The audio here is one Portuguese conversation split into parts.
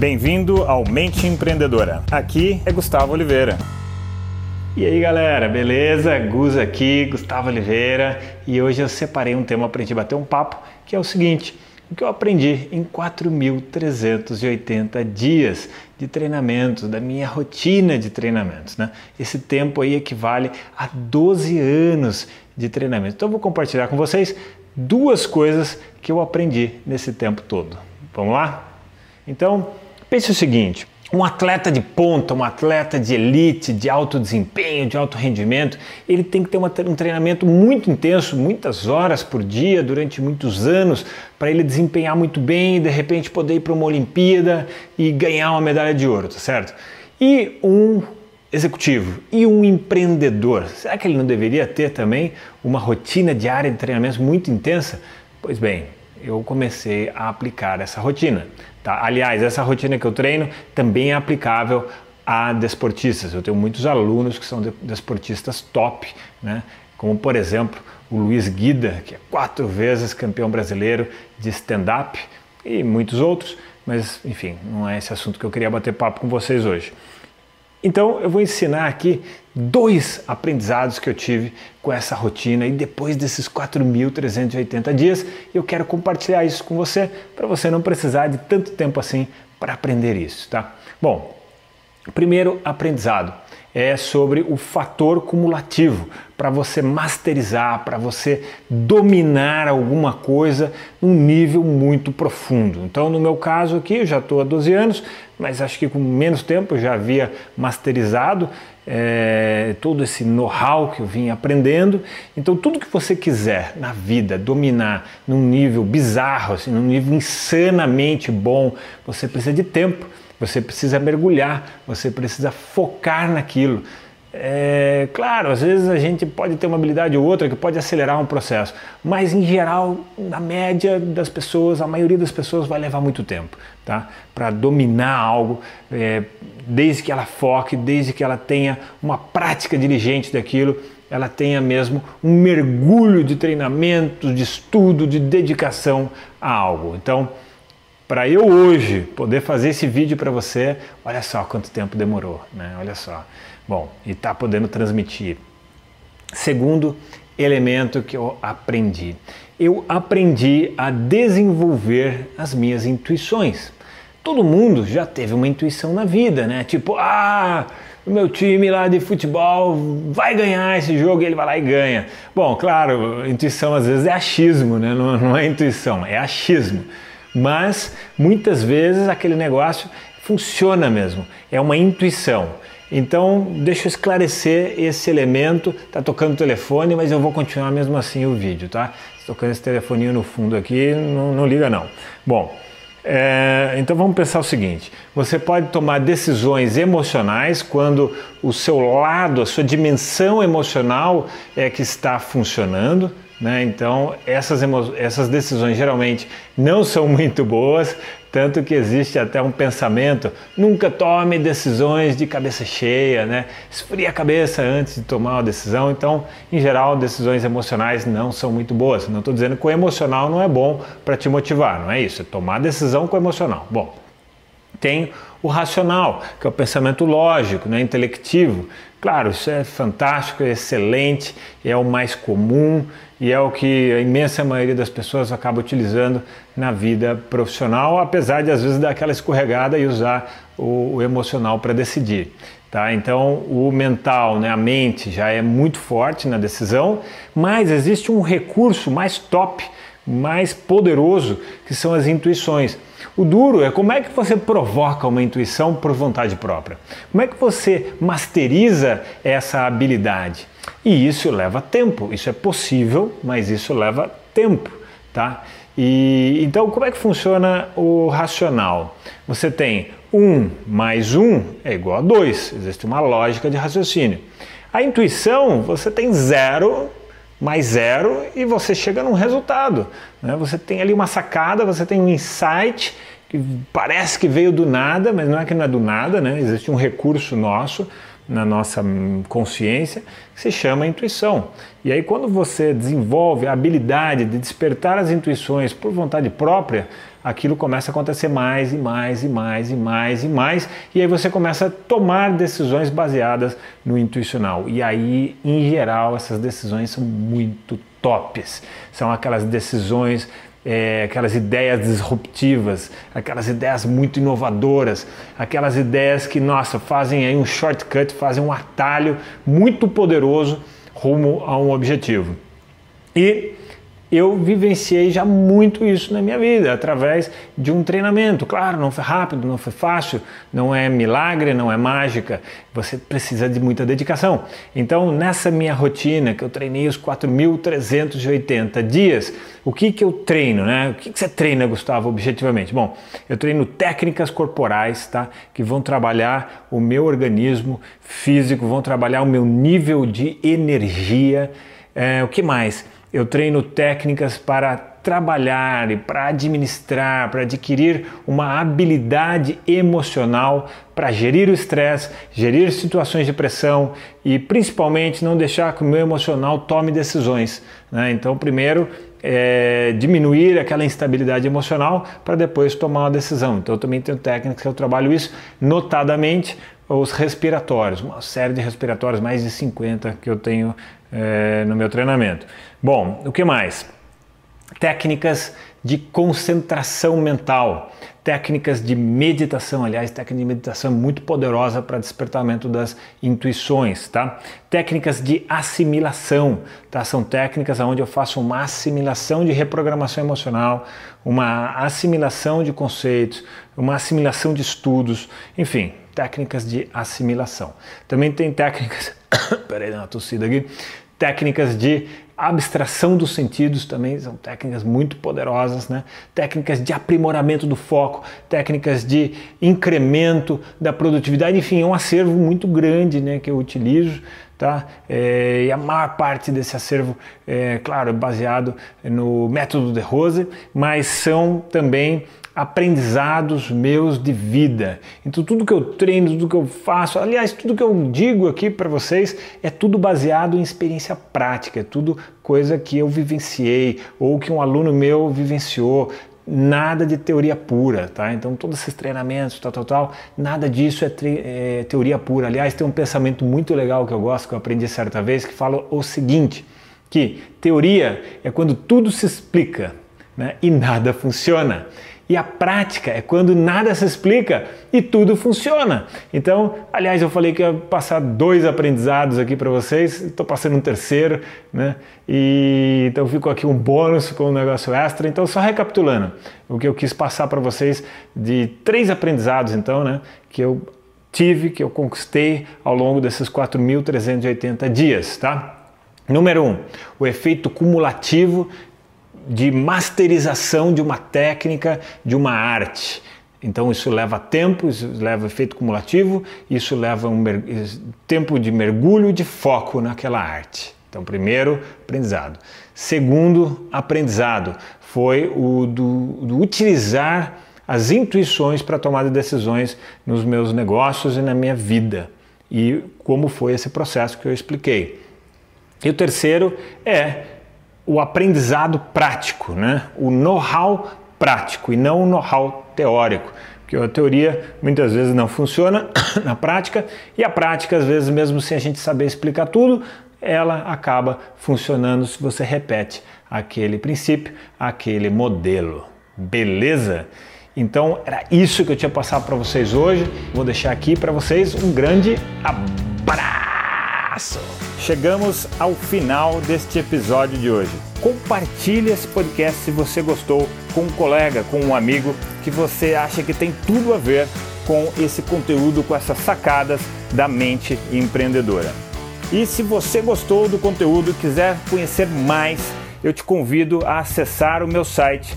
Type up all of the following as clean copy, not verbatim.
Bem-vindo ao Mente Empreendedora. Aqui é Gustavo Oliveira. E aí galera, beleza? Gus aqui, Gustavo Oliveira, e hoje eu separei um tema para a gente bater um papo, que é o seguinte: o que eu aprendi em 4.380 dias de treinamentos, da minha rotina de treinamentos, né? Esse tempo aí equivale a 12 anos de treinamento. Então eu vou compartilhar com vocês duas coisas que eu aprendi nesse tempo todo. Vamos lá? Então, pense o seguinte: um atleta de ponta, um atleta de elite, de alto desempenho, de alto rendimento, ele tem que ter um treinamento muito intenso, muitas horas por dia, durante muitos anos, para ele desempenhar muito bem e de repente poder ir para uma Olimpíada e ganhar uma medalha de ouro, tá certo? E um executivo e um empreendedor, será que ele não deveria ter também uma rotina diária de treinamentos muito intensa? Pois bem, eu comecei a aplicar essa rotina. Tá? Aliás, essa rotina que eu treino também é aplicável a desportistas. Eu tenho muitos alunos que são desportistas top, né? Como por exemplo o Luiz Guida, que é 4 vezes campeão brasileiro de stand-up, e muitos outros, mas enfim, não é esse assunto que eu queria bater papo com vocês hoje. Então eu vou ensinar aqui 2 aprendizados que eu tive com essa rotina, e depois desses 4.380 dias eu quero compartilhar isso com você, para você não precisar de tanto tempo assim para aprender isso, tá? Bom, o primeiro aprendizado é sobre o fator cumulativo, para você masterizar, para você dominar alguma coisa num nível muito profundo. Então, no meu caso aqui, eu já estou há 12 anos, mas acho que com menos tempo eu já havia masterizado todo esse know-how que eu vim aprendendo. Então, tudo que você quiser na vida dominar num nível bizarro, assim, num nível insanamente bom, você precisa de tempo. Você precisa mergulhar, você precisa focar naquilo. Claro, às vezes a gente pode ter uma habilidade ou outra que pode acelerar um processo, mas em geral, na média das pessoas, a maioria das pessoas vai levar muito tempo, tá? Para dominar algo, desde que ela foque, desde que ela tenha uma prática diligente daquilo, ela tenha mesmo um mergulho de treinamento, de estudo, de dedicação a algo. Então, para eu hoje poder fazer esse vídeo para você, olha só quanto tempo demorou, né? Olha só. Bom, e está podendo transmitir. Segundo elemento que eu aprendi a desenvolver as minhas intuições. Todo mundo já teve uma intuição na vida, né? Tipo, o meu time lá de futebol vai ganhar esse jogo, e ele vai lá e ganha. Bom, claro, intuição às vezes é achismo, né? Não é intuição, é achismo. Mas muitas vezes aquele negócio funciona mesmo, é uma intuição. Então deixa eu esclarecer esse elemento. Tá tocando o telefone, mas eu vou continuar mesmo assim o vídeo, tá? Tocando esse telefoninho no fundo aqui, não liga não. Bom, então vamos pensar o seguinte: você pode tomar decisões emocionais quando o seu lado, a sua dimensão emocional é que está funcionando, né? Então essas decisões geralmente não são muito boas, tanto que existe até um pensamento: nunca tome decisões de cabeça cheia, né? Esfria a cabeça antes de tomar uma decisão. Então, em geral, decisões emocionais não são muito boas. Não estou dizendo que o emocional não é bom para te motivar, não é isso, é tomar decisão com o emocional. Bom, tem o racional, que é o pensamento lógico, né, intelectivo. Claro, isso é fantástico, é excelente, é o mais comum e é o que a imensa maioria das pessoas acaba utilizando na vida profissional, apesar de às vezes dar aquela escorregada e usar o emocional para decidir. Tá? Então o mental, né, a mente já é muito forte na decisão, mas existe um recurso mais top, mais poderoso, que são as intuições. O duro é como é que você provoca uma intuição por vontade própria. Como é que você masteriza essa habilidade? E isso leva tempo. Isso é possível, mas isso leva tempo, tá? E então como é que funciona o racional? Você tem 1 mais 1 é igual a 2. Existe uma lógica de raciocínio. A intuição, você tem 0 mais 0 e você chega num resultado, né? Você tem ali uma sacada, você tem um insight que parece que veio do nada, mas não é que não é do nada, né? Existe um recurso nosso na nossa consciência que se chama intuição. E aí quando você desenvolve a habilidade de despertar as intuições por vontade própria, aquilo começa a acontecer mais e mais e mais e mais e mais, e aí você começa a tomar decisões baseadas no intuicional. E aí, em geral, essas decisões são muito tops. São aquelas decisões, aquelas ideias disruptivas, aquelas ideias muito inovadoras, aquelas ideias que, nossa, fazem aí um shortcut, fazem um atalho muito poderoso rumo a um objetivo. E eu vivenciei já muito isso na minha vida, através de um treinamento. Claro, não foi rápido, não foi fácil, não é milagre, não é mágica, você precisa de muita dedicação. Então, nessa minha rotina, que eu treinei os 4.380 dias, o que eu treino, né? O que você treina, Gustavo, objetivamente? Bom, eu treino técnicas corporais, tá? Que vão trabalhar o meu organismo físico, vão trabalhar o meu nível de energia. O que mais? Eu treino técnicas para trabalhar e para administrar, para adquirir uma habilidade emocional, para gerir o estresse, gerir situações de pressão e principalmente não deixar que o meu emocional tome decisões, né? Então, primeiro, diminuir aquela instabilidade emocional para depois tomar uma decisão. Então, eu também tenho técnicas que eu trabalho isso, notadamente os respiratórios, uma série de respiratórios, mais de 50 que eu tenho no meu treinamento. Bom, o que mais? Técnicas de concentração mental, técnicas de meditação, aliás, técnica de meditação muito poderosa para despertamento das intuições, tá? Técnicas de assimilação, tá? São técnicas onde eu faço uma assimilação de reprogramação emocional, uma assimilação de conceitos, uma assimilação de estudos, enfim, técnicas de assimilação. Também tem técnicas, peraí, dá uma tossida aqui, técnicas de abstração dos sentidos também são técnicas muito poderosas, né? Técnicas de aprimoramento do foco, técnicas de incremento da produtividade, enfim, é um acervo muito grande, né, que eu utilizo, tá? E a maior parte desse acervo, claro, é baseado no método de Rose, mas são também aprendizados meus de vida. Então tudo que eu treino, tudo que eu faço, aliás, tudo que eu digo aqui para vocês é tudo baseado em experiência prática, é tudo coisa que eu vivenciei ou que um aluno meu vivenciou, nada de teoria pura, tá? Então todos esses treinamentos, tal, nada disso é teoria pura. Aliás, tem um pensamento muito legal que eu gosto, que eu aprendi certa vez, que fala o seguinte, que teoria é quando tudo se explica, né, e nada funciona. E a prática é quando nada se explica e tudo funciona. Então, aliás, eu falei que ia passar 2 aprendizados aqui para vocês, estou passando um terceiro, né? E então fico aqui um bônus com um negócio extra. Então, só recapitulando, o que eu quis passar para vocês de 3 aprendizados, então, né? Que eu tive, que eu conquistei ao longo desses 4.380 dias, tá? Número 1, o efeito cumulativo de masterização de uma técnica, de uma arte. Então isso leva tempo, isso leva efeito cumulativo, isso leva tempo de mergulho e de foco naquela arte. Então, primeiro aprendizado. Segundo aprendizado foi o do utilizar as intuições para tomar decisões nos meus negócios e na minha vida. E como foi esse processo que eu expliquei. E o terceiro é o aprendizado prático, né? O know-how prático e não o know-how teórico, porque a teoria muitas vezes não funciona na prática e a prática, às vezes, mesmo sem a gente saber explicar tudo, ela acaba funcionando se você repete aquele princípio, aquele modelo. Beleza? Então era isso que eu tinha passado para vocês hoje. Vou deixar aqui para vocês um grande abraço. Chegamos ao final deste episódio de hoje. Compartilhe esse podcast se você gostou com um colega, com um amigo que você acha que tem tudo a ver com esse conteúdo, com essas sacadas da mente empreendedora. E se você gostou do conteúdo e quiser conhecer mais, eu te convido a acessar o meu site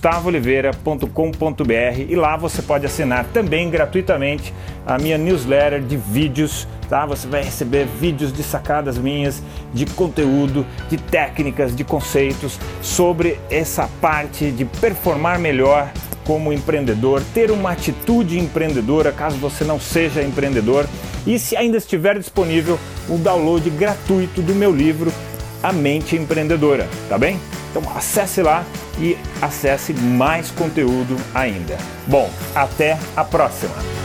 gustavooliveira.com.br e lá você pode assinar também gratuitamente a minha newsletter de vídeos, tá? Você vai receber vídeos de sacadas minhas, de conteúdo, de técnicas, de conceitos sobre essa parte de performar melhor como empreendedor, ter uma atitude empreendedora caso você não seja empreendedor e se ainda estiver disponível o download gratuito do meu livro A Mente Empreendedora, tá bem? Então acesse lá e acesse mais conteúdo ainda. Bom, até a próxima!